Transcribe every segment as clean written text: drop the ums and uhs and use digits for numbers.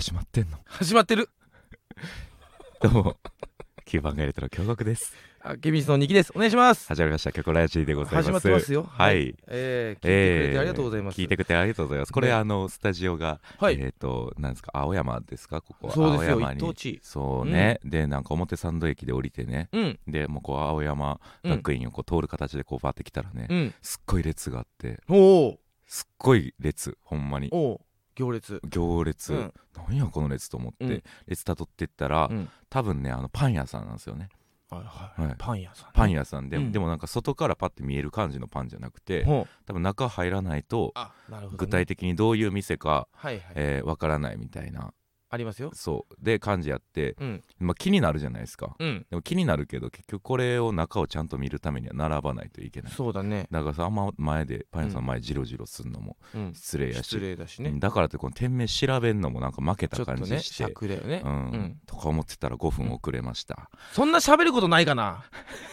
始まってんの？ 始まってる。 どうも9番街レトロ京極です。 ケビンスの2期です。お願いします。 始まりました京極ラジでございます。 始まってますよ。 はい、 聞いてくれてありがとうございます。 聞いてくれてありがとうございます。これ、スタジオが、 はい、 なんですか、青山ですか？ここはそうですよ、 青山に一等地。 そうね、でなんか表参道駅で降りてね、でもうこう青山学院をこう通る形でこうバーって来たらね、すっごい列があって、すっごい列、ほんまに行列、 なんやこの列と思って、列たどっていったら、多分ねパン屋さんなんですよね。パン屋さんで、でもなんか外からパッて見える感じのパンじゃなくて、多分中入らないと具体的にどういう店かわからないみたいなありますよ。 そうで感じやって、気になるじゃないですか、でも気になるけど結局これを中をちゃんと見るためには並ばないといけない。 そうだね。 だからさ、あんま前でパン屋さん前ジロジロすんのも失礼やし、 失礼だしね。 だからってこの店名調べんのもなんか負けた感じしてちょっとね、尺だよね、 とか思ってたら5分遅れました、 そんな喋ることないかな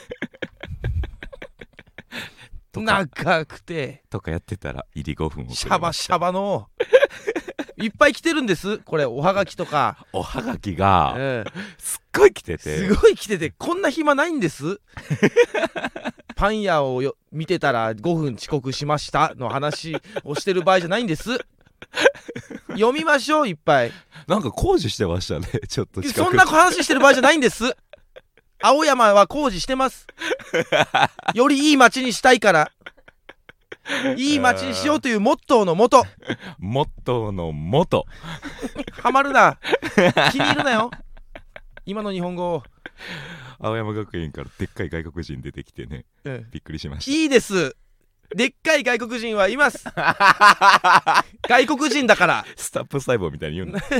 長くてとかやってたら入り5分遅れました。 シャバシャバのいっぱい来てるんです。これおはがきとかおはがきが、すっごい来てて、 こんな暇ないんですパン屋を見てたら5分遅刻しましたの話をしてる場合じゃないんです。読みましょう。いっぱいなんか工事してましたね。ちょっと近くそんな話してる場合じゃないんです。青山は工事してます。よりいい街にしたいから、いい街にしようというモットーのもとハマるな、気に入るなよ今の日本語。 青山学院からでっかい外国人出てきてね、びっくりしました。 いいです、でっかい外国人はいます外国人だからスタップ細胞みたいに言うんだ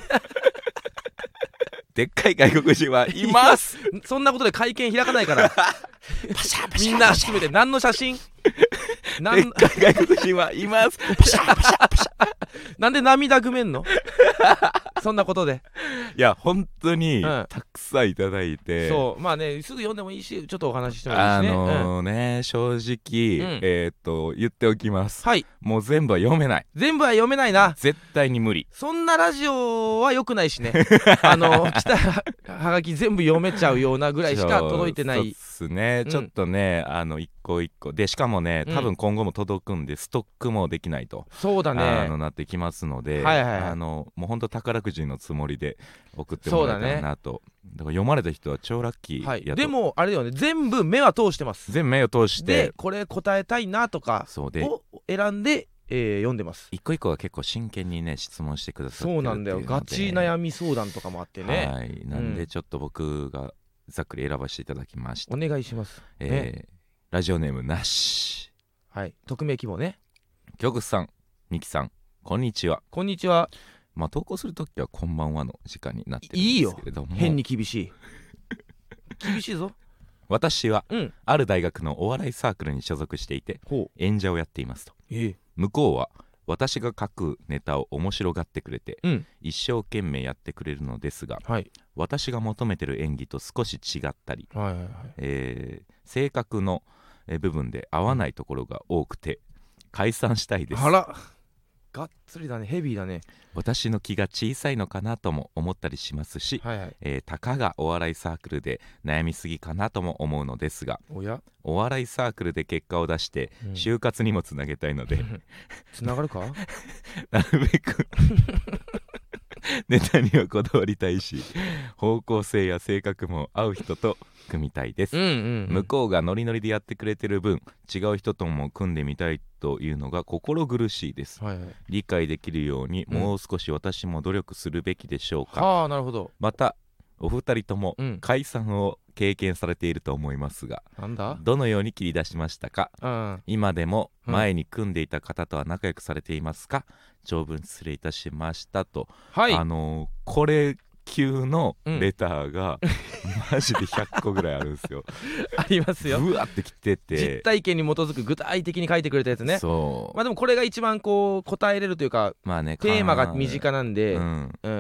でっかい外国人はいますそんなことで会見開かないからみんな集めて何の写真でっかい外国人はいますパシャパシャパシャなんで涙ぐめんのそんなことで。 いや本当にたくさんいただいて、 そうまあね、すぐ読んでもいいしちょっとお話ししてもいいしね。 正直、言っておきます。 はい、 もう全部は読めない。 全部は読めないな。 絶対に無理。 そんなラジオは良くないしね来たはがき全部読めちゃうようなぐらいしか届いてない。 そうですね、ちょっとね一個一個で、しかもね多分今後も届くんで、ストックもできないと、 そうだね、 なってきますので、もうほんと宝くじのつもりで送ってもらえたらなと。だから読まれた人は超ラッキーやと。 でもあれだよね、全部目は通してます。 全部目を通してでこれ答えたいなとかを選んで読んでます。 一個一個は結構真剣にね質問してくださってるっていうので。 そうなんだよ、ガチ悩み相談とかもあってね。 はい、なんでちょっと僕がざっくり選ばせていただきました。 お願いします、 ラジオネームなし。 はい、匿名希望ね。 京極さん、ミキさん、こんにちは。 こんにちは。 まあ投稿するときはこんばんはの時間になってるんですけれども、 変に厳しい厳しいぞ。 私は、ある大学のお笑いサークルに所属していて演者をやっていますと。向こうは私が書くネタを面白がってくれて、一生懸命やってくれるのですが、私が求めてる演技と少し違ったり、性格の部分で合わないところが多くて解散したいです。 あら、がっつりだね、ヘビーだね。 私の気が小さいのかなとも思ったりしますし、たかがお笑いサークルで悩みすぎかなとも思うのですが、お笑いサークルで結果を出して就活にもつなげたいので、 つながるかなるべくネタにはこだわりたいし、方向性や性格も合う人と組みたいです。向こうがノリノリでやってくれてる分、違う人とも組んでみたいというのが心苦しいです。理解できるようにもう少し私も努力するべきでしょうか。 なるほど。 またお二人とも解散を経験されていると思いますが、どのように切り出しましたか。今でも前に組んでいた方とは仲良くされていますか。長文失礼いたしましたと。これ級のレターがマジで100個ぐらいあるんですよありますよ。 うわってきてて、 実体験に基づく具体的に書いてくれたやつね。 そう、 でもこれが一番こう答えれるというか、テーマが身近なんで、答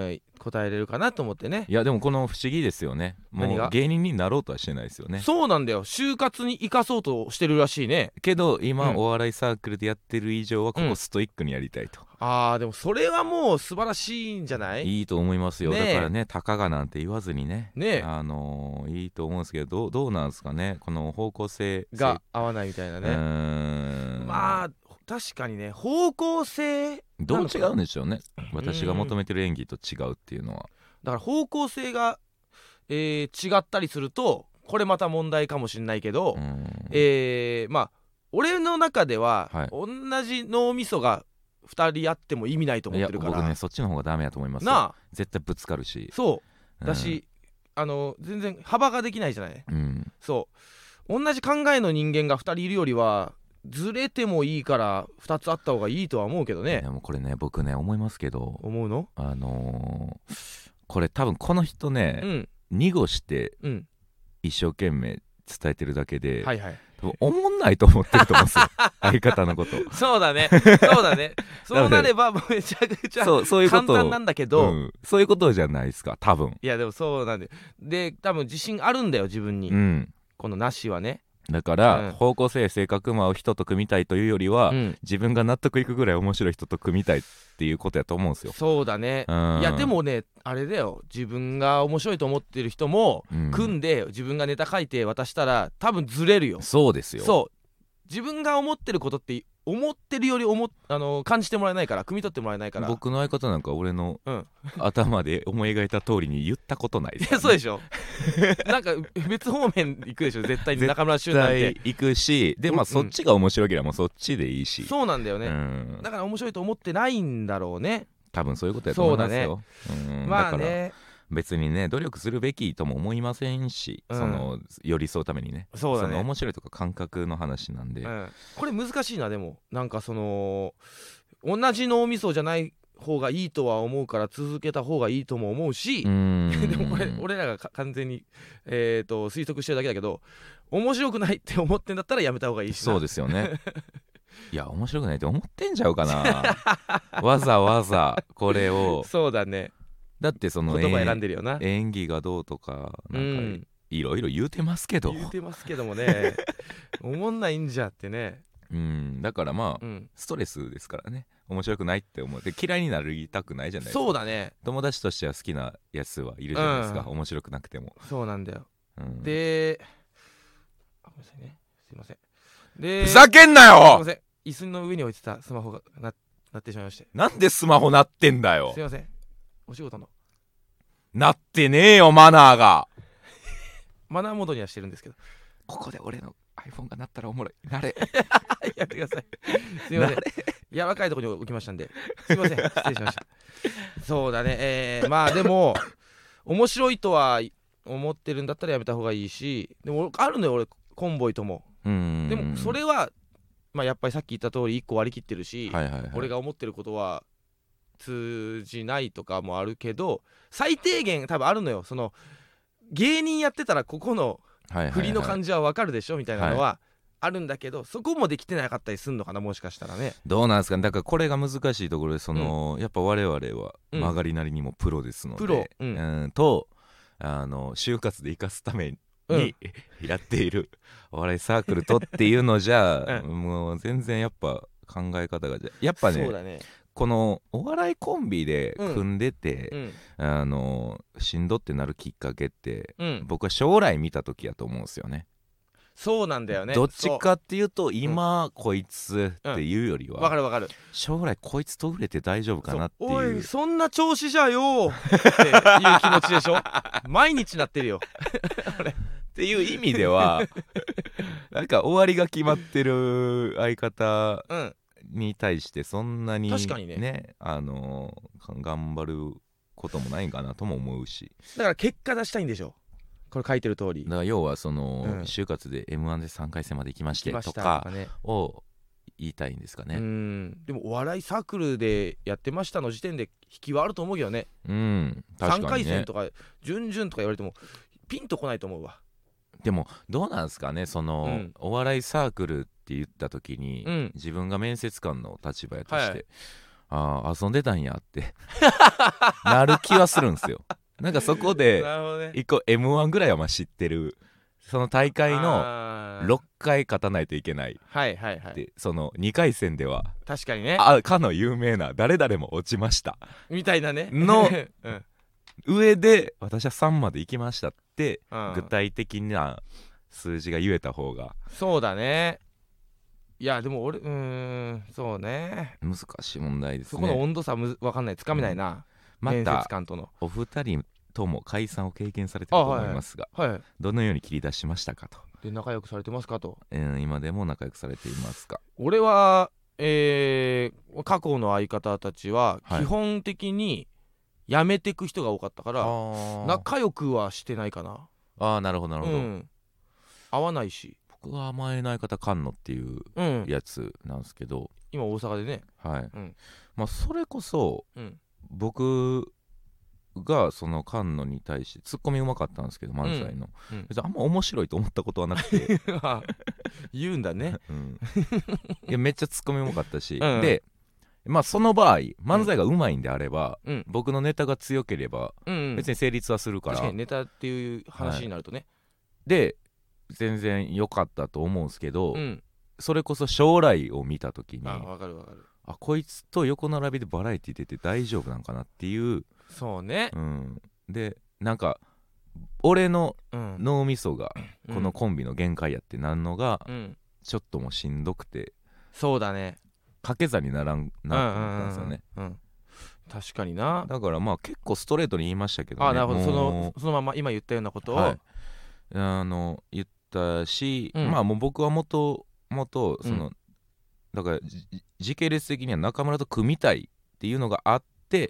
答えれるかなと思ってね。 いやでもこの不思議ですよね。もう芸人になろうとはしてないですよね。 そうなんだよ、就活に生かそうとしてるらしいね。 けど今、お笑いサークルでやってる以上はここストイックにやりたいと、 でもそれはもう素晴らしいんじゃない？ いいと思いますよ、だからね、たかがなんて言わずにね、いいと思うんですけど、どうなんですかね、この方向性が合わないみたいなね。まあ確かにね、方向性どう違うんでしょうね、私が求めてる演技と違うっていうのは。 だから方向性が、違ったりするとこれまた問題かもしれないけど、まあ俺の中では、同じ脳みそが2人あっても意味ないと思ってるから。 いや僕ねそっちの方がダメやと思いますよ。なあ絶対ぶつかるし。 そうだし、全然幅ができないじゃない、そう同じ考えの人間が2人いるよりはずれてもいいから2つあった方がいいとは思うけどね。 でもこれね僕ね思いますけど。 思うの？ これ多分この人ね、濁して一生懸命伝えてるだけで、おもんないと思ってると思うんですよ相方のこと。 そうだねそうだねそうなればめちゃくちゃ簡単なんだけど、 そういうことじゃないですか多分。 いやでもそうなんで多分自信あるんだよ自分に、このなしはね。だから、方向性性格も合う人と組みたいというよりは、自分が納得いくぐらい面白い人と組みたいっていうことやと思うんですよ。 そうだね、いやでもねあれだよ、自分が面白いと思ってる人も、組んで自分がネタ書いて渡したら多分ずれるよ。 そうですよ。 そう自分が思ってることって思ってるより感じてもらえないから、汲み取ってもらえないから。 僕の相方なんか俺の、頭で思い描いた通りに言ったことないですからね。 そうでしょなんか別方面行くでしょ絶対に。中村俊なんて絶対行くし、でまあそっちが面白ければもうそっちでいいし。 そうなんだよね、だから面白いと思ってないんだろうね多分そういうことやと思いますよ。 まあね、 別にね努力するべきとも思いませんし、その寄り添うためにね。 そうだね、 その面白いとか感覚の話なんで、 これ難しいな。でもなんかその同じ脳みそじゃない方がいいとは思うから続けた方がいいとも思うしでもこれ俺らが完全に、推測してるだけだけど、面白くないって思ってんだったらやめた方がいいしな。 そうですよねいや面白くないって思ってんちゃうかなわざわざこれを。 そうだね、 だってその言葉選んでるよな。 演技がどうとかなんかいろいろ言うてますけどもねおもんないんじゃってね。 だからまあ、ストレスですからね。面白くないって思って嫌いになりたくないじゃないですか。 そうだね、 友達としては好きなやつはいるじゃないですか、面白くなくても。 そうなんだよ、でごめんなさいね、すいません。でふざけんなよ。 すいません、椅子の上に置いてたスマホがなってしまいまして。 なんでスマホ鳴ってんだよ。 すいません、お仕事の鳴ってねえよマナーがマナーモードにはしてるんですけど、 ここで俺の iPhone が鳴ったらおもろい。なれやってくださいすいません、柔らかいところに置きましたんで、すいません失礼しましたそうだね、まあでも面白いとは思ってるんだったらやめた方がいいし、でもあるのよ俺コンボイとも。でもそれはまあやっぱりさっき言った通り1個割り切ってるし、俺が思ってることは通じないとかもあるけど、最低限多分あるのよ。その芸人やってたらここの振りの感じは分かるでしょみたいなのはあるんだけど、そこもできてなかったりすんのかな、もしかしたらね。 どうなんですかね。だからこれが難しいところで、その、やっぱ我々は曲がりなりにもプロですので、就活で生かすために、やっているお笑いサークルとっていうのじゃ、もう全然やっぱ考え方がやっぱね、 そうだね、 このお笑いコンビで組んでて、しんどってなるきっかけって、僕は将来見た時やと思うんですよね。 そうなんだよね。 どっちかっていうと今、こいつっていうよりは、 わかるわかる、 将来こいつと売れて大丈夫かなっていう。 おいそんな調子じゃよっていう気持ちでしょ毎日なってるよっていう意味ではなんか終わりが決まってる相方に対してそんなに、 確かにね、 頑張ることもないんかなとも思うし、 だから結果出したいんでしょこれ書いてる通り。 だから要はその、就活で M1 で3回戦まで行きましてとかを言いたいんですかね。 でもお笑いサークルでやってましたの時点で引きはあると思うけどね。 確かにね、 3回戦とか準々とか言われてもピンとこないと思うわ。 でもどうなんですかね、その、お笑いサークルって言った時に、自分が面接官の立場やとして、 あ遊んでたんやってなる気はするんですよ。なんかそこで一個 M1 ぐらいはまあ知ってる、その大会の6回勝たないといけない、 はいはいはい、 でその2回戦では確かにね、 かの有名な誰々も落ちましたみたいなねのうん、 上で私は3まで行きましたって、 具体的な数字が言えた方が。 そうだね。いやでも俺そうね、 難しい問題ですね。 そこの温度差分かんない、つかめないな、 またお二人とも解散を経験されてると思いますが、 はいはい、 どのように切り出しましたかと。 で仲良くされてますかと、 今でも仲良くされていますか。 俺は過去の相方たちは基本的に辞めてく人が多かったから、仲良くはしてないかな。 なるほどなるほど、 合わないし。 僕は甘えない方菅野っていうやつなんですけど、 今大阪でね、 はい、まあそれこそ、僕がその菅野に対してツッコミうまかったんですけど、漫才の、別にあんま面白いと思ったことはなくて言うんだね、 いやめっちゃツッコミうまかったし、でまあその場合漫才がうまいんであれば、僕のネタが強ければ別に成立はするから、 確かにネタっていう話になるとね、 で全然良かったと思うんですけど、それこそ将来を見た時に分かる分かる、 こいつと横並びでバラエティ出て大丈夫なんかなっていう。 そうね、 でなんか俺の脳みそがこのコンビの限界やってなんのがちょっともうしんどくて、 そうだね、 掛け算にならんなと思ったんですよね。 確かにな。 だからまあ結構ストレートに言いましたけどね。 なるほど、そのまま今言ったようなことを、 言ったし、まあもう僕はもともとその、だから時系列的には中村と組みたいっていうのがあって、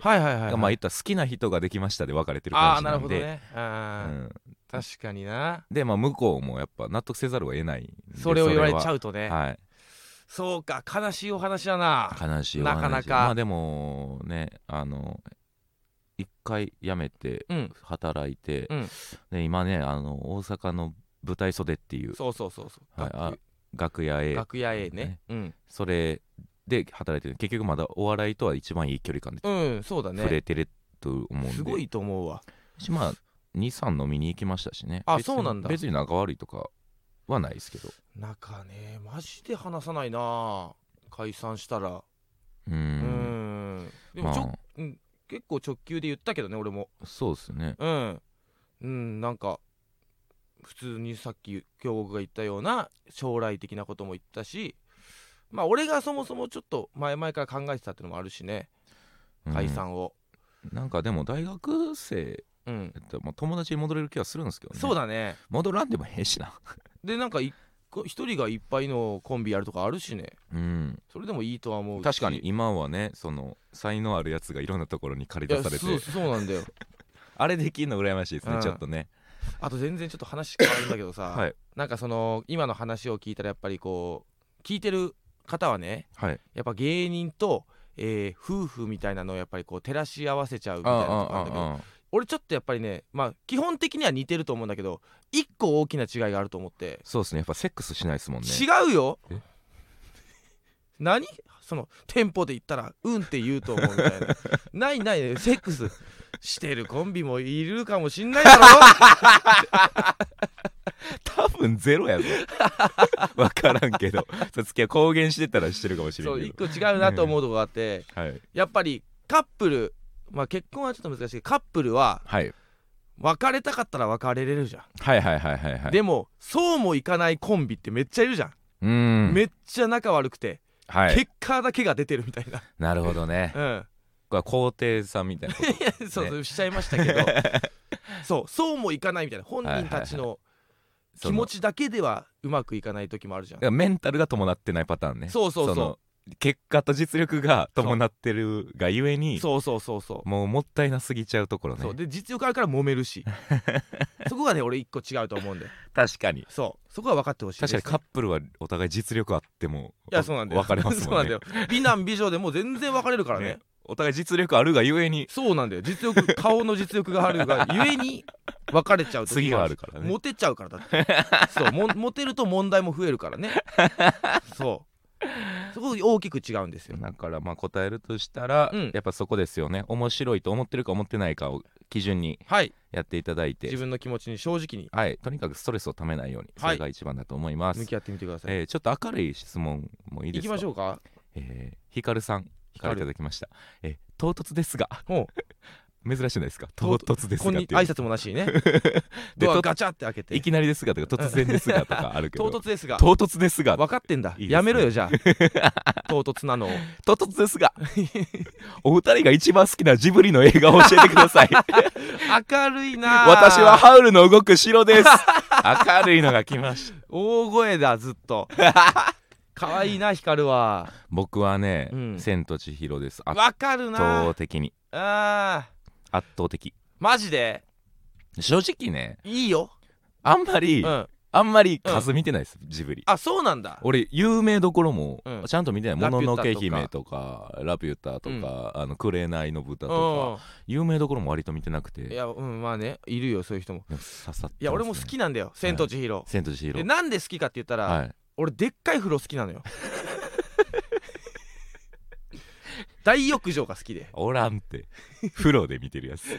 まあ言ったら好きな人ができましたで別れてる感じなんで。 なるほどね、確かにな。 でまあ向こうもやっぱ納得せざるを得ないんで、 それを言われちゃうとね、 そうか、悲しいお話だな。 悲しいお話。なかなかまあでもね、一回辞めて働いて、で今ね大阪の舞台袖っていう、楽屋 A ね、それで働いてる。結局まだお笑いとは一番いい距離感で触れてると思うんで、 すごいと思うわ。 まあ 2,3 飲みに行きましたしね。 そうなんだ。 別に仲悪いとかはないですけど、 仲ねマジで話さないな、解散したら。でも結構直球で言ったけどね、俺も。 そうですね。 なんか普通にさっき京極が言ったような将来的なことも言ったし、まあ俺がそもそもちょっと前々から考えてたってのもあるしね、解散を。 なんかでも大学生友達に戻れる気はするんですけどね。 そうだね、 戻らんでもへえしなでなんか一人がいっぱいのコンビやるとかあるしね、それでもいいとは思うし。 確かに今はね、その才能あるやつがいろんなところに借り出されて、 そうなんだよあれできるの羨ましいですね、ちょっとね。 あと全然ちょっと話変わるんだけどさ、なんかその今の話を聞いたらやっぱりこう聞いてる方はね、やっぱ芸人と、夫婦みたいなのをやっぱりこう照らし合わせちゃうみたいなとこあるんだけど、俺ちょっとやっぱりね、まあ基本的には似てると思うんだけど、一個大きな違いがあると思って。 そうですね、やっぱセックスしないですもんね。 違うよ。何そのテンポで言ったらうんって言うと思うみたいなないセックスしてるコンビもいるかもしんないだろ多分ゼロやぞ分からんけど、さつきは公言してたらしてるかもしれんけど、 そう一個違うなと思うとこがあって、やっぱりカップル、まあ結婚はちょっと難しいけど、カップルは別れたかったら別れれるじゃん。でもそうもいかないコンビってめっちゃいるじゃん。めっちゃ仲悪くて、結果だけが出てるみたいな。 なるほどね。これは皇帝さんみたいなこと、ね、 そうしちゃいましたけどそうもいかないみたいな、本人たちの気持ちだけではうまくいかない時もあるじゃん。 メンタルが伴ってないパターンね。 そう結果と実力が伴ってるがゆえに、 そうもうもったいなすぎちゃうところね。 で実力あるから揉めるしそこがね俺一個違うと思うんで。 確かにそこは分かってほしいです、ね。 確かにカップルはお互い実力あってもそうなんだよ、 別れますもんね。 そうなんだよ、美男美女でも全然別れるからねお互い実力あるがゆえに。 そうなんだよ、顔の実力があるがゆえに別れちゃう時次があるからね。 モテちゃうからだってそうモテると問題も増えるからねそそこ大きく違うんですよ。 だからまあ答えるとしたら、 うんやっぱそこですよね。面白いと思ってるか思ってないかを基準にはいやっていただいて、 自分の気持ちに正直に、 はい、とにかくストレスをためないように、それが一番だと思います。 向き合ってみてください。 ちょっと明るい質問もいいですか。 行きましょうか。 ひかるさんからいただきました。唐突ですが珍しいですか。唐突ですがっていう挨拶もなしにねドアガチャって開けていきなりですがとか突然ですがとかあるけど唐突ですが唐突ですが分かってんだ。 いいですねやめろよじゃあ唐突なのを。 唐突ですがお二人が一番好きなジブリの映画を教えてください明るいな。 私はハウルの動く城です明るいのが来ました。 大声だずっと可愛いな光は。 僕はね、 うん千と千尋です。圧わかるな。 倒的にあ圧倒的。 マジで正直ねいいよ。 あんまり、 うんあんまり数見てないです、ジブリ。 あそうなんだ。 俺有名どころもうんちゃんと見てない。 ラピュタもののけ姫とかラピュタとか、紅の豚とうか有名どころも割と見てなくて、 んいやまあねいるよそういう人も。 でも刺さってますね。 いや俺も好きなんだよ千と千尋。 千と千尋でなんで好きかって言ったら、 はい俺でっかい風呂好きなのよ大浴場が好きで。 おらんって風呂で見てるやつ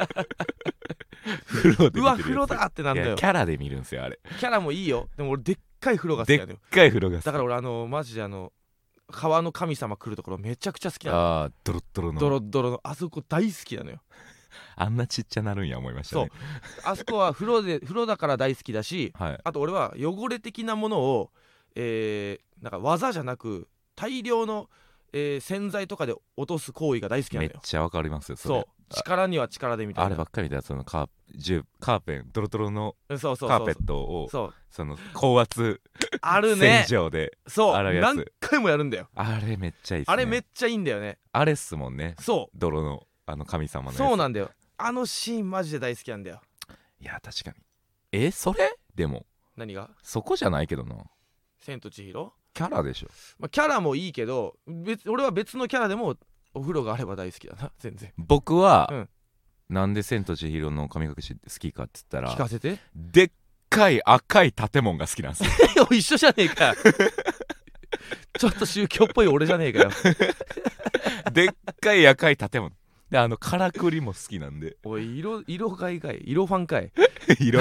風呂で見てるやつ。 うわ風呂だってなんだよ。 いやキャラで見るんですよあれ。 キャラもいいよ。でも俺でっかい風呂が好でっきなのよ。 かい風呂が好き。 だから俺マジで川の神様来るところめちゃくちゃ好きなの。 ああドロッドロのドロッドロのあそこ大好きなのよ。 あんなちっちゃなるんや思いましたね。 あそこは風呂だから大好きだし、 はいあと俺は汚れ的なものをなんか技じゃなく大量の、洗剤とかで落とす行為が大好きなのよ。 めっちゃわかりますよそれ。 そう力には力でみたいな。 あればっかりだよ。そのカーペンドロドロのそうそうそうカーペットをそうその高圧あるね洗浄でそう洗うやつ何回もやるんだよ。 あれめっちゃいいっすね。 あれめっちゃいいんだよね。 あれっすもんね。 そ泥の神様のやつ。 うそうなんだよ。あのシーンマジで大好きなんだよ。 いや確かにそれでも何がそこじゃないけどな。 千と千尋、 キャラでしょ。 キャラもいいけど俺は別のキャラでもお風呂があれば大好きだな全然。 僕は、 うんなんで千と千尋の神隠し好きかって言ったら聞かせてでっかい赤い建物が好きなんですよ一緒じゃねえかちょっと宗教っぽい俺じゃねえかよでっかい赤い建物でからくりも好きなんでおい色買いかい色ファンかい色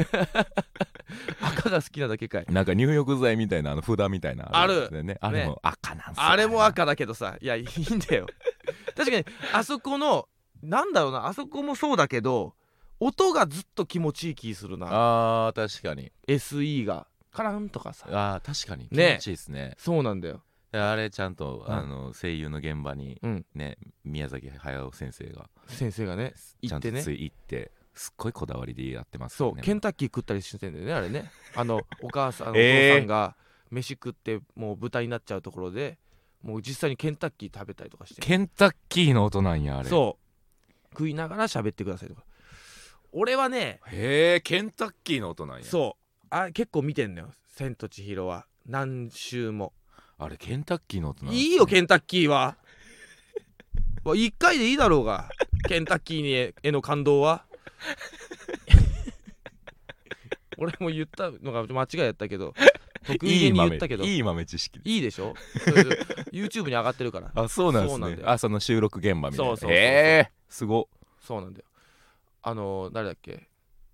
赤が好きなだけかい。 なんか入浴剤みたいな札みたいなあるんですよね。あれも赤なんすよ。 あれも赤だけどさいやいいんだよ確かにあそこのなんだろうなあそこもそうだけど音がずっと気持ちいい気するな。 あー確かに。 SE がカランとかさあー確かに気ね持ちいいですね。 そうなんだよ。 あれちゃんと、 うん声優の現場にうんね、宮崎駿先生が先生がね行ってねちゃんと行ってすっごいこだわりでやってますよね。 そうケンタッキー食ったりしてんだよねあれねお母さんおえー父さんが飯食ってもう豚になっちゃうところでもう実際にケンタッキー食べたりとかしてケンタッキーの音なんやあれ。 そう食いながら喋ってくださいとか。俺はねへえケンタッキーの音なんや。 そう結構見てんのよ千と千尋は何週も。 あれケンタッキーの音なんですね。 いいよケンタッキーは1回でいいだろうがケンタッキーへの感動は俺も言ったのが間違いやったけど得意げに言ったけどいい豆知識。 いいでしょYouTube に上がってるからあそうなんですそうなんだよね。その収録現場みたいな。 そうそうそうそうへえすごっ。 そうなんだよ。誰だっけ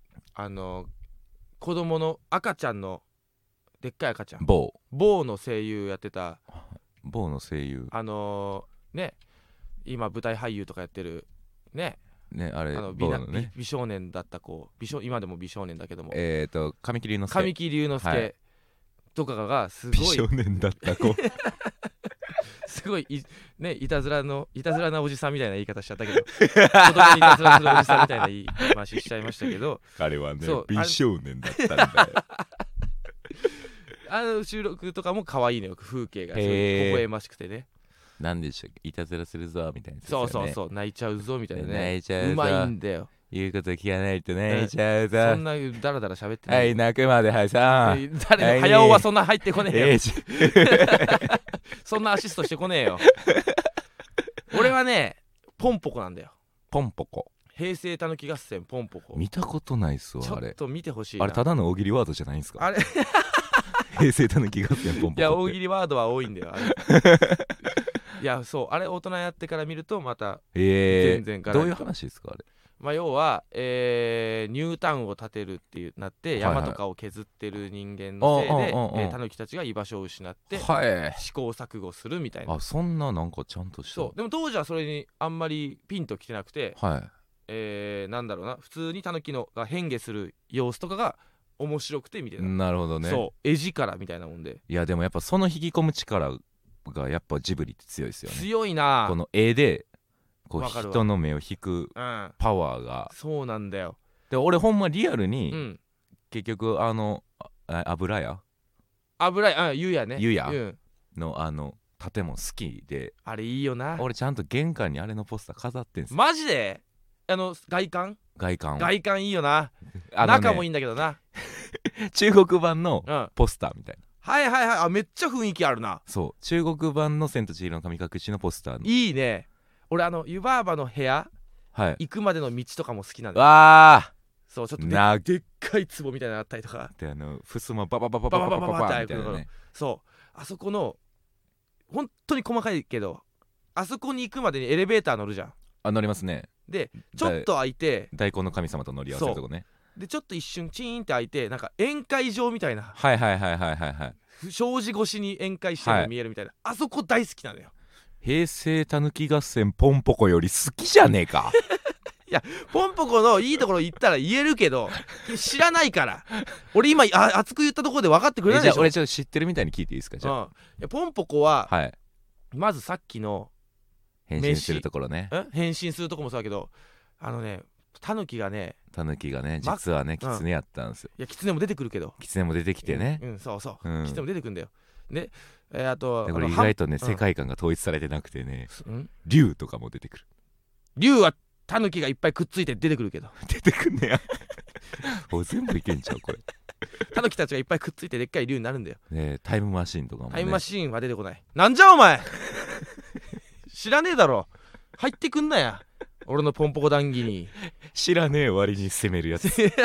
子供の赤ちゃんのでっかい赤ちゃん某の声優やってた某の声優ね今舞台俳優とかやってるねねあれ某のね美少年だった子今でも美少年だけども神木隆之介神木隆之介とかがす美ごい少年だった子すごいねいたずらなおじさんみたいな言い方しちゃったけど子供にいたずらするおじさんみたいな言い回ししちゃいましたけど彼はねそう美少年だったんだよ収録とかも可愛いのよ風景がすごいへー微笑ましくてね。 なんでしょういたずらするぞみたいなやつですそうよね。 そう泣いちゃうぞみたいなね泣いちゃうぞうまいんだよ。 言うこと聞かないと泣いちゃうぞ、 そんなダラダラ喋ってなはいい泣くまではさ誰の早尾はそんな入ってこねえよしそんなアシストしてこねえよ俺はねポンポコなんだよ。 ポンポコ平成たぬき合戦ポンポコ見たことないっすわちょあれ。 っと見てほしいな。 あれただの大喜利ワードじゃないんすか。 あれ平成たぬき合戦ポンポコって。 いや大喜利ワードは多いんだよあれいやそうあれ大人やってから見るとまた全然どういう話ですかあれ。 まあ、要は、ニュータウンを建てるっていうなって山とかを削ってる人間のせいでタヌキたちが居場所を失って試行錯誤するみたいな。 あそんななんかちゃんとした。 そうでも当時はそれにあんまりピンときてなくて、 はい、 なんだろうな普通にタヌキのが変化する様子とかが面白くてみたいな。 なるほどね。 そう絵力みたいなもんで。 いやでもやっぱその引き込む力がやっぱジブリって強いですよね。 強いなこの絵でこう人の目を引くパワーが、 そうなんだよ。 で俺ほんまリアルに、結局油屋ゆうやねゆうやの建物好きで、 あれいいよな。 俺ちゃんと玄関にあれのポスター飾ってんすよ。 マジで外観いいよな、中もいいんだけどな中国版のポスターみたいな、 はいはいはいめっちゃ雰囲気あるな。 そう中国版の千と千尋の神隠しのポスターのいいね。俺湯婆婆の部屋、行くまでの道とかも好きなんだよ。 わそうちょっとでっかい壺みたいなのあったりとかで襖バババババババババみたいなね。 そうあそこの本当に細かいけどあそこに行くまでにエレベーター乗るじゃん。 乗りますね。 でちょっと開いて大根の神様と乗り合わせるとこね。 でちょっと一瞬チーンって開いてなんか宴会場みたいな、 はいはいはいはいはいはい、 障子越しに宴会してるの見えるみたいな、あそこ大好きなのよ。 平成たぬき合戦ポンポコより好きじゃねえかいやポンポコのいいところ言ったら言えるけど知らないから俺今熱く言ったところで分かってくれないでしょ。 じゃあ俺ちょっと知ってるみたいに聞いていいですか。じゃあ、 いやポンポコは、 はい、 まずさっきの変身するところね。 変身するとこもそうだけどタヌキがね実はねキツネやったんですよ。 いやキツネも出てくるけどキツネも出てきてね、 そうそう、キツネも出てくるんだよ。であとこれ意外とね世界観が統一されてなくてね、竜とかも出てくる。 竜はタヌキがいっぱいくっついて出てくるけど出てくんねやもう全部いけんちゃうこれ。 タヌキたちがいっぱいくっついてでっかい竜になるんだよ。 タイムマシーンとかもね。 タイムマシーンは出てこない。なんじゃお前知らねえだろ入ってくんなや俺のポンポコ談義に。 知らねえ割に攻めるやつ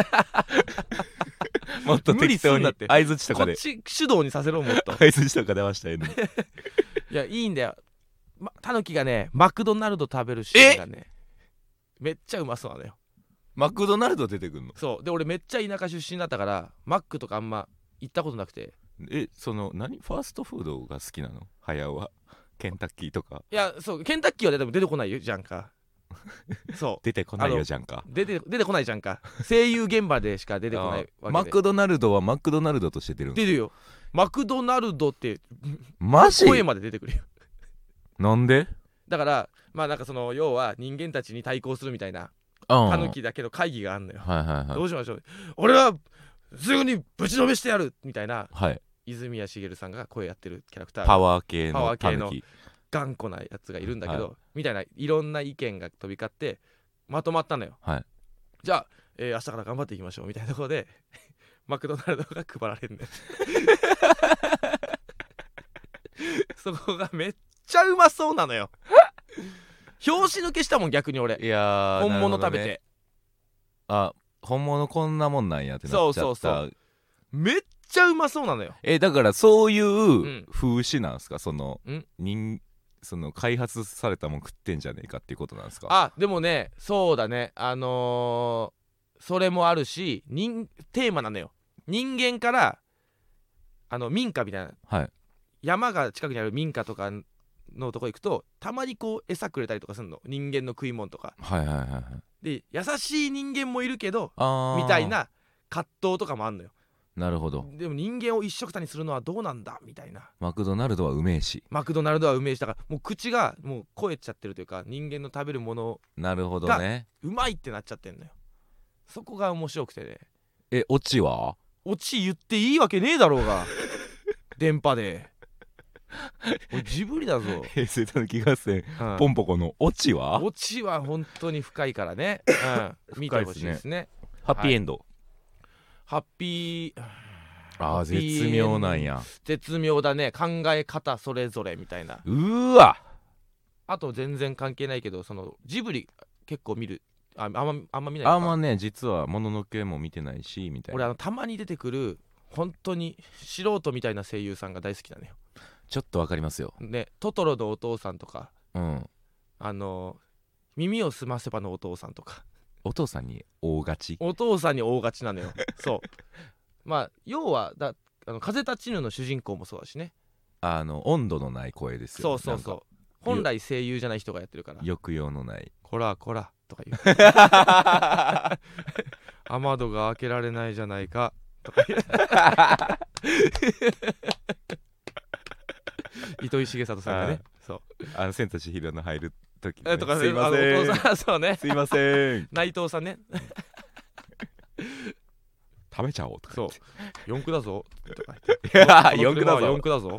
もっと適当に相づちとかでこっち主導にさせろもっと相づちとかではしたいのにいやいいんだよ。タヌキがねマクドナルド食べるシーンがねめっちゃうまそうなのよ。 マクドナルド出てくんの。 そうで俺めっちゃ田舎出身だったからマックとかあんま行ったことなくて。 その何ファーストフードが好きなの早尾は。ケンタッキーとか。 いやそうケンタッキーはでも出てこないよじゃんかそう出てこないよじゃんか。 出てこないじゃんか。声優現場でしか出てこないわけで。 マクドナルドはマクドナルドとして出るんですか。 出るよマクドナルドってマジ声まで出てくるよなんで。 だからまあなんかその要は人間たちに対抗するみたいなタヌキだけの会議があんのよ。どうしましょう俺はすぐにぶちのめしてやるみたいな、泉谷しげるさんが声やってるキャラクターパワー系のタヌキ頑固なやつがいるんだけど、みたいないろんな意見が飛び交ってまとまったのよ。じゃあ、明日から頑張っていきましょうみたいなところでマクドナルドが配られるんだよそこがめっちゃうまそうなのよ拍子抜けしたもん逆に俺。 いや本物食べて、 本物こんなもんなんやってなっちゃった。そうめっちゃうまそうなのよ。 だからそういう風刺なんですか。その開発されたもん食ってんじゃねえかっていうことなんですか。 でもねそうだねそれもあるしテーマなのよ。人間から民家みたいな、山が近くにある民家とかのとこ行くとたまにこう餌くれたりとかするの人間の食い物とか。で優しい人間もいるけどみたいな葛藤とかもあんのよ。 なるほど。 でも人間を一緒くたにするのはどうなんだみたいな。 マクドナルドはうめえし。 マクドナルドはうめえしだからもう口がもう超えちゃってるというか人間の食べるものなるほどねうまいってなっちゃってんのよ。そこが面白くてね。オチはオチ言っていいわけねえだろうが電波で俺ジブリだぞ平成たぬき合戦、ポンポコのオチは本当に深いからね、見てほしいですね。 ハッピーエンド、 ハッピー絶妙なんや。 絶妙だね。考え方それぞれみたいな。 うわあと全然関係ないけどそのジブリ結構見るあんま見ないか。ね実はもののけも見てないしみたいな。 俺たまに出てくる本当に素人みたいな声優さんが大好きなのよ。 ちょっとわかりますよ。 ね、トトロのお父さんとか、 うん、 耳をすませばのお父さんとか、 お父さんに大勝ち。 お父さんに大勝ちなのよ。そうまあ要は風立ちぬの主人公もそうだしね。 温度のない声ですよね。 そう本来声優じゃない人がやってるから、 抑揚のない、 こらこらとか言う雨戸が開けられないじゃないかとか言う糸井重里さんがね、そう千と千尋の入る時、 とかすいません、 お父さんそうね、 すいません内藤さんね食べちゃおうとかそう四駆だぞとか言っていや四駆だぞ四駆だぞ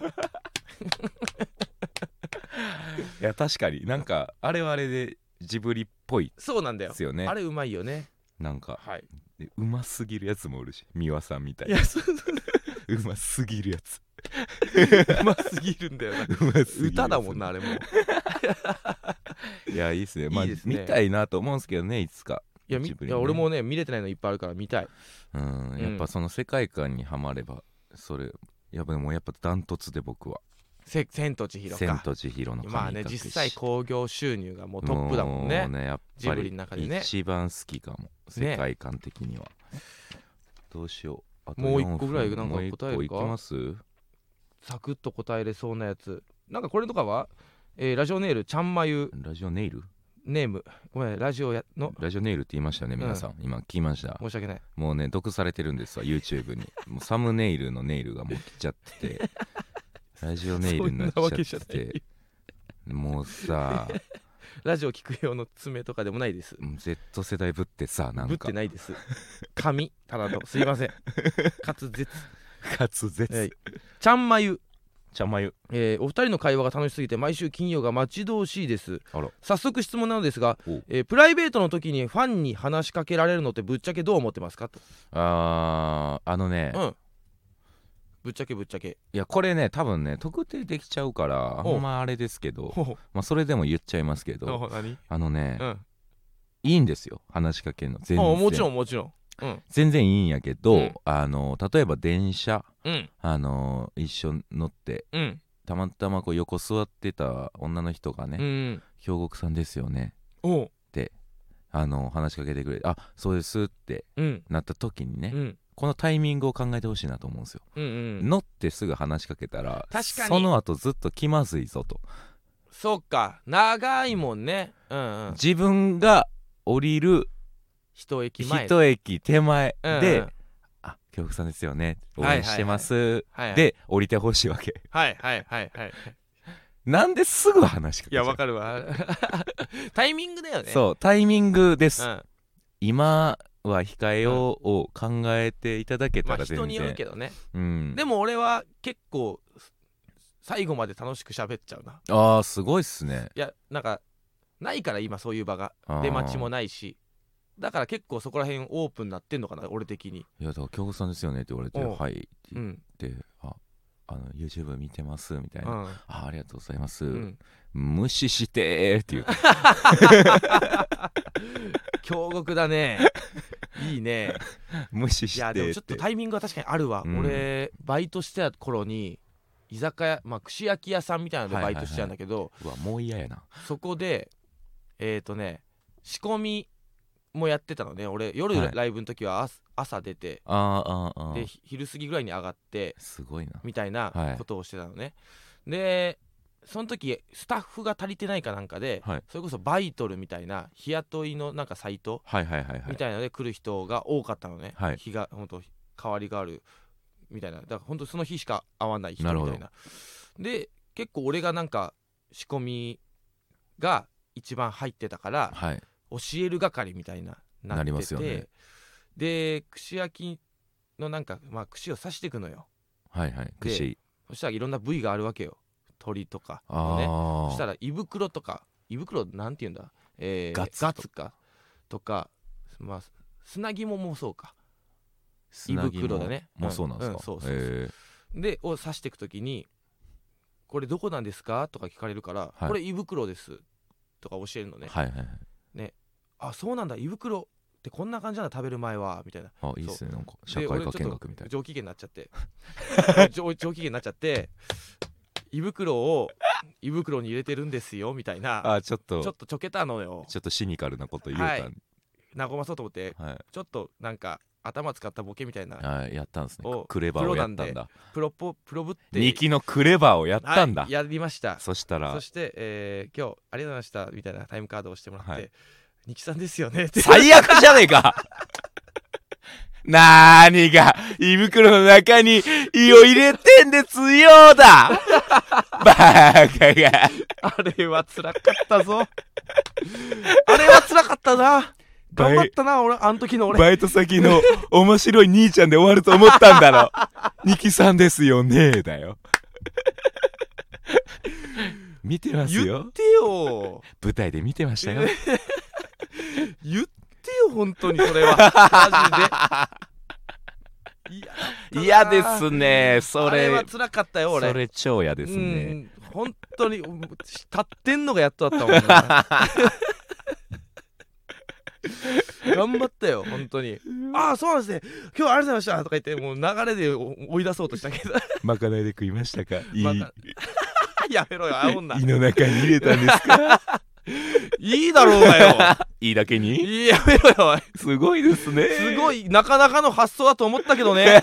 いや確かになんかあれはあれでジブリっぽいそうなんだよですよね。 あれうまいよね。 なんか、 はい、 うますぎるやつもおるし、美輪さんみたいいな。 やそううますぎるやつうますぎるんだよな。 うますぎる歌だもんなあれも。 いやいいっすね。まあいいですね見たいなと思うんですけどね、いつか。 いや俺もね見れてないのいっぱいあるから見たい。 やっぱその世界観にはまればそれやっぱダントツで僕は千と千尋か。 千と千尋の神隠し。 まあね実際興行収入がもうトップだもんね。 もうねやっジブリぱりの中でね一番好きかも、世界観的には。どうしよう。あともう一個ぐらいなんか答えるか。 もう一個いきます？ サクッと答えれそうなやつ。なんかこれとかは、ラジオネイルちゃんまゆラジオネイルネームごめんラジオネイルって言いましたね皆さん、今聞きました。 申し訳ない。 もうね毒されてるんですわ YouTube に。もうサムネイルのネイルがもう来ちゃっててラジオネイルになっちゃっててもうさラジオ聞く用の爪とかでもないです。 Z 世代ぶってさ、なんかぶってないです。紙ただのすいません滑舌ちゃんまゆちゃんまゆ、 お二人の会話が楽しすぎて毎週金曜が待ち遠しいです。早速質問なのですが、プライベートの時にファンに話しかけられるのってぶっちゃけどう思ってますかと。ぶっちゃけいやこれね多分ね特定できちゃうからあんまあれですけど、まあそれでも言っちゃいますけど、いいんですよ話しかけるの全然。 もちろん、 全然いいんやけど、例えば電車、一緒に乗って、たまたまこう横座ってた女の人がね、兵庫さんですよねって話しかけてくれて、あそうですってなった時にね、このタイミングを考えてほしいなと思うんですよ。乗ってすぐ話しかけたら確かにその後ずっと気まずいぞと。 そっか長いもんね。 自分が降りる一駅手前で、あ京極さんですよね応援してます、で降りてほしいわけ。なんですぐ話しかけちゃう。 いやわかるわタイミングだよね。 そうタイミングです、今は控えようを考えていただけたら全然、 人によるけどね、でも俺は結構最後まで楽しく喋っちゃうな。 すごいっすね。 いやなんかないから今そういう場が出待ちもないし、だから結構そこら辺オープンになってんのかな俺的に。 いやだから京極さんですよねって言われてはいって言って、YouTube 見てますみたいな、ありがとうございます、無視してっていう京極だねいいね無視して。いやでもちょっとタイミングは確かにあるわ、俺バイトしてた頃に居酒屋串焼き屋さんみたいなのでバイトしてたんだけど、 うわもう嫌やな。 そこで仕込みもやってたのね。俺夜ライブの時は朝出て、で昼過ぎぐらいに上がってすごいなみたいなことをしてたのね、でその時スタッフが足りてないかなんかで、それこそバイトルみたいな日雇いのなんかサイトみたいなので来る人が多かったのね、日がほんと変わりがあるみたいな、だからほんとその日しか会わない人みたいな。で結構俺がなんか仕込みが一番入ってたから、教える係みたいななってて、 なりますよね。 で串焼きのなんか串を刺していくのよ。 串そしたらいろんな部位があるわけよ、鶏とかのね。そしたら胃袋なんていうんだ、ガツかとか、砂肝もそうか、胃袋だねもうそうなんですか。 そうでを刺していくときにこれどこなんですかとか聞かれるから、これ胃袋ですとか教えるのね。あそうなんだ胃袋でこんな感じなの食べる前はみたいな。 あ、いいっすね、なんか社会科見学みたいな。 上機嫌になっちゃって上機嫌になっちゃって、胃袋に入れてるんですよみたいな。 ちょっとちょけたのよ。 ちょっとシニカルなこと言うたん、はい、 和まそうと思って、はい、ちょっとなんか頭使ったボケみたいな、 はい、やったんですね。クレバーをやったんだ。 プロぶって 2期のクレバーをやったんだ、 はい、やりました。 そして、 今日ありがとうございましたみたいなタイムカードをしてもらって、はい、ニキさんですよねって。 最悪じゃねえかなーにが胃袋の中に胃を入れてんで強だバカが。 あれは辛かったぞあれは辛かったな。頑張ったな俺、あの時の俺。 バイト先の面白い兄ちゃんで終わると思ったんだろニキさんですよねだよ見てますよ。 言ってよ。 舞台で見てましたよ言ってよ本当にそれはマジで嫌ですね。それあれは辛かったよ俺。 それ超嫌ですね。 本当に立ってんのがやっとだったもんな頑張ったよ本当に。ああそうなんですね、今日はありがとうございましたとか言って、もう流れで追い出そうとしたけどまかないで食いましたか。 やめろよ、あおんな。 胃の中に入れたんですかいいだろうがよいいだけに。 やめろよすごいですね。 すごいなかなかの発想だと思ったけどね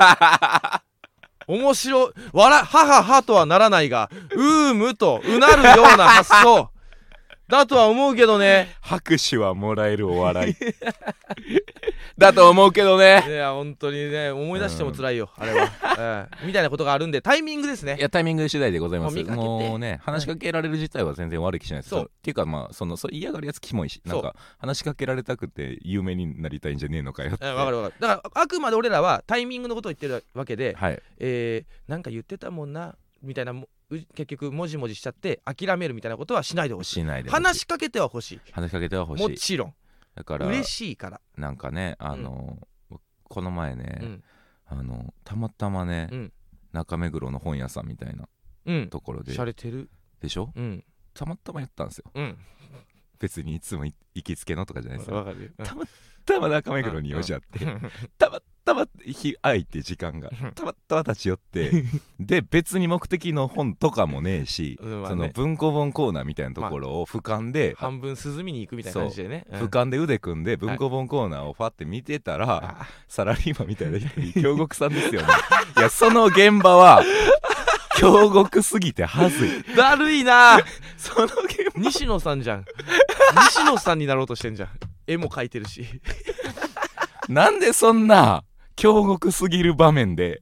面白い。はははとはならないが、むとうなるような発想だとは思うけどね。 拍手はもらえるお笑いだと思うけどね。 いや本当にね、思い出しても辛いよ、あれは、みたいなことがあるんで、タイミングですね。 いやタイミング次第でございます。もうね、話しかけられる自体は全然悪い気しないです。そうっていうか、まあそ嫌がるやつキモいし、なんか話しかけられたくて有名になりたいんじゃねえのかよって。 わかるわかる。だからあくまで俺らはタイミングのことを言ってるわけで、はい、なんか言ってたもんなみたいな、結局もじもじしちゃって諦めるみたいなことはしないでほしい。話しかけてはほしい。 話しかけてはほしい。 もちろん。 だから嬉しいから。 なんかね、この前ね、たまたまね、中目黒の本屋さんみたいなところで、 しゃれてるでしょ、たまたまやったんですよ。別にいつも行きつけのとかじゃないですよ。たまたま中目黒に用事あってたまたま日空いて時間がたまたま立ち寄ってで別に目的の本とかもねえし、その文庫本コーナーみたいなところを俯瞰で半分涼みに行くみたいな感じでね、 俯瞰で腕組んで文庫本コーナーをファって見てたら、サラリーマンみたいな人に京極さんですよねいやその現場は京極すぎてはずい。 だるいなその現場西野さんじゃん西野さんになろうとしてんじゃん。絵も描いてるしなんでそんな京極すぎる場面で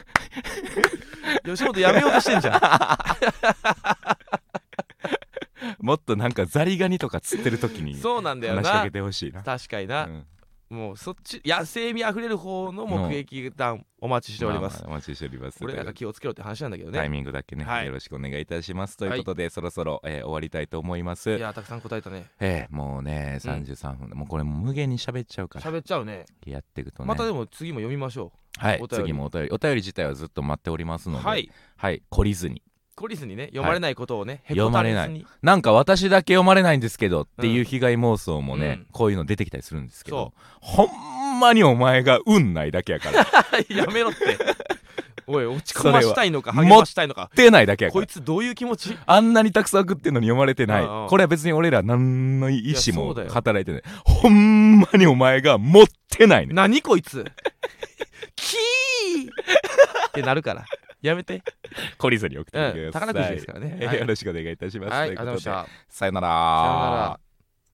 吉本やめようとしてんじゃんもっとなんかザリガニとか釣ってる時にそうなんだよな、 話しかけてほしいな。 確かにな、もうそっち野生味あふれる方の目撃談お待ちしております。 お待ちしております。 俺らが気をつけろって話なんだけどね。 タイミングだけね、よろしくお願いいたしますということで、そろそろ終わりたいと思います。 いやたくさん答えたね。 もうね33分、もうこれ無限に喋っちゃうから。 喋っちゃうね。 やっていくとね、 またでも次も読みましょう。はい、次もお便り自体はずっと待っておりますので、はい懲りずにね、読まれないことをね、 読まれない。なんか私だけ読まれないんですけどっていう被害妄想もね、こういうの出てきたりするんですけど、ほんまにお前が運ないだけやからやめろっておい落ち込ましたいのか励ましたいのか持ってないだけやから。 こいつどういう気持ち。 あんなにたくさん送ってんのに読まれてない。これは別に俺ら何の意思も働いてない。ほんまにお前が持ってないね。 何こいつキーってなるからやめて。 懲りずに送ってください。 宝くじですからね。 よろしくお願いいたします。 はい、ありがとうございました。 さよなら。 さよなら。